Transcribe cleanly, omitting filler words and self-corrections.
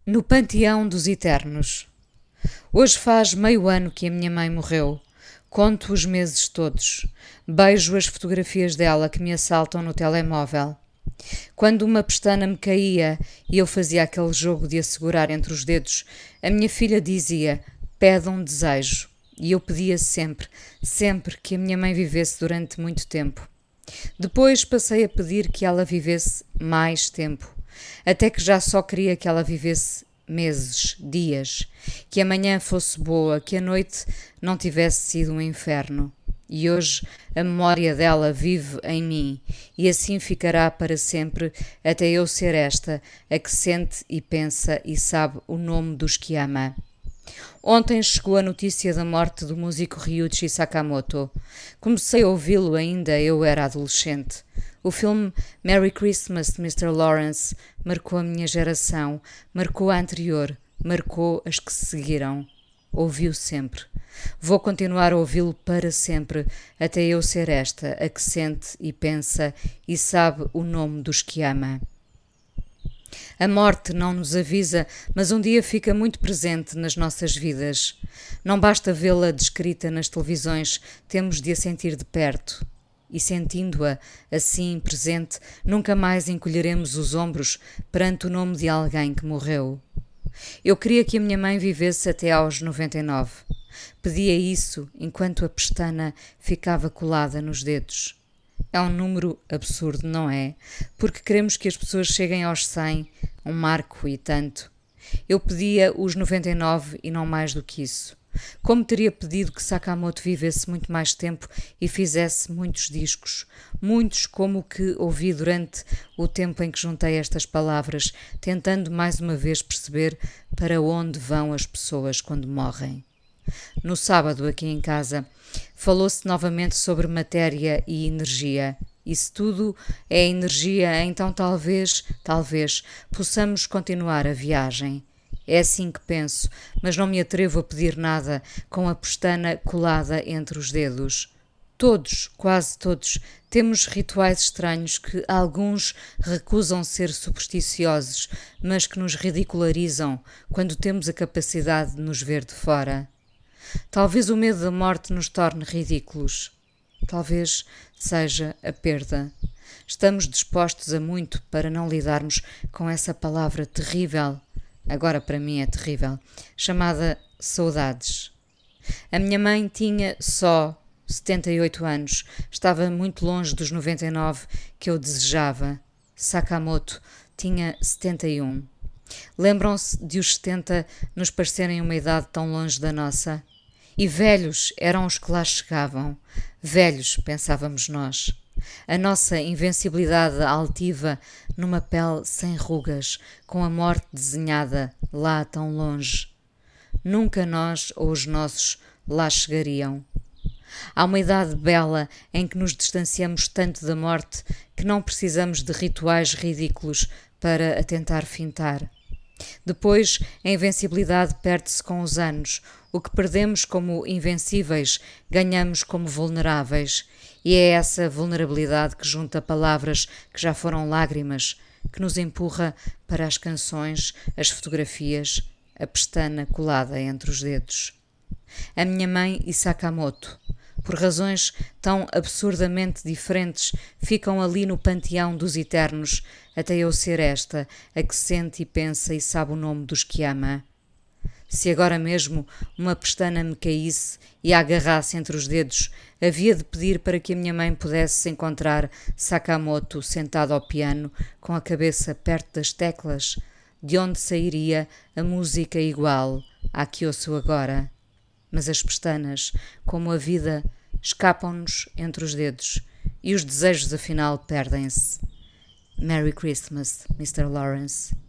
No panteão dos eternos. Hoje faz meio ano que a minha mãe morreu. Conto os meses todos. Beijo as fotografias dela que me assaltam no telemóvel. Quando uma pestana me caía e eu fazia aquele jogo de a segurar entre os dedos, a minha filha dizia: "Pede um desejo." E eu pedia sempre, sempre que a minha mãe vivesse durante muito tempo. Depois passei a pedir que ela vivesse mais tempo, até que já só queria que ela vivesse meses, dias, que a manhã fosse boa, que a noite não tivesse sido um inferno. E hoje a memória dela vive em mim e assim ficará para sempre até eu ser esta, a que sente e pensa e sabe o nome dos que ama. Ontem chegou a notícia da morte do músico Ryuichi Sakamoto. Comecei a ouvi-lo ainda eu era adolescente. O filme Merry Christmas, Mr. Lawrence marcou a minha geração, marcou a anterior, marcou as que se seguiram. Ouvi-o sempre. Vou continuar a ouvi-lo para sempre, até eu ser esta, a que sente e pensa e sabe o nome dos que ama. A morte não nos avisa, mas um dia fica muito presente nas nossas vidas. Não basta vê-la descrita nas televisões, temos de a sentir de perto. E sentindo-a assim presente, nunca mais encolheremos os ombros perante o nome de alguém que morreu. Eu queria que a minha mãe vivesse até aos 99. Pedia isso enquanto a pestana ficava colada nos dedos. É um número absurdo, não é? Porque queremos que as pessoas cheguem aos 100, um marco e tanto. Eu pedia os 99 e não mais do que isso. Como teria pedido que Sakamoto vivesse muito mais tempo e fizesse muitos discos, muitos como o que ouvi durante o tempo em que juntei estas palavras, tentando mais uma vez perceber para onde vão as pessoas quando morrem. No sábado, aqui em casa, falou-se novamente sobre matéria e energia. E se tudo é energia, então talvez possamos continuar a viagem. É assim que penso, mas não me atrevo a pedir nada com a pestana colada entre os dedos. Todos, quase todos, temos rituais estranhos que alguns recusam ser supersticiosos, mas que nos ridicularizam quando temos a capacidade de nos ver de fora. Talvez o medo da morte nos torne ridículos. Talvez seja a perda. Estamos dispostos a muito para não lidarmos com essa palavra terrível, agora para mim é terrível, chamada saudades. A minha mãe tinha só 78 anos, estava muito longe dos 99 que eu desejava. Sakamoto tinha 71. Lembram-se de os 70 nos parecerem uma idade tão longe da nossa? E velhos eram os que lá chegavam. Velhos, pensávamos nós. A nossa invencibilidade altiva numa pele sem rugas, com a morte desenhada lá tão longe. Nunca nós ou os nossos lá chegariam. Há uma idade bela em que nos distanciamos tanto da morte que não precisamos de rituais ridículos para a tentar fintar. Depois, a invencibilidade perde-se com os anos. O que perdemos como invencíveis, ganhamos como vulneráveis. E é essa vulnerabilidade que junta palavras que já foram lágrimas, que nos empurra para as canções, as fotografias, a pestana colada entre os dedos. A minha mãe e Sakamoto, por razões tão absurdamente diferentes, ficam ali no panteão dos eternos, até eu ser esta, a que sente e pensa e sabe o nome dos que ama. Se agora mesmo uma pestana me caísse e a agarrasse entre os dedos, havia de pedir para que a minha mãe pudesse encontrar Sakamoto sentado ao piano, com a cabeça perto das teclas, de onde sairia a música igual à que ouço agora. Mas as pestanas, como a vida, escapam-nos entre os dedos e os desejos afinal perdem-se. Merry Christmas, Mr. Lawrence.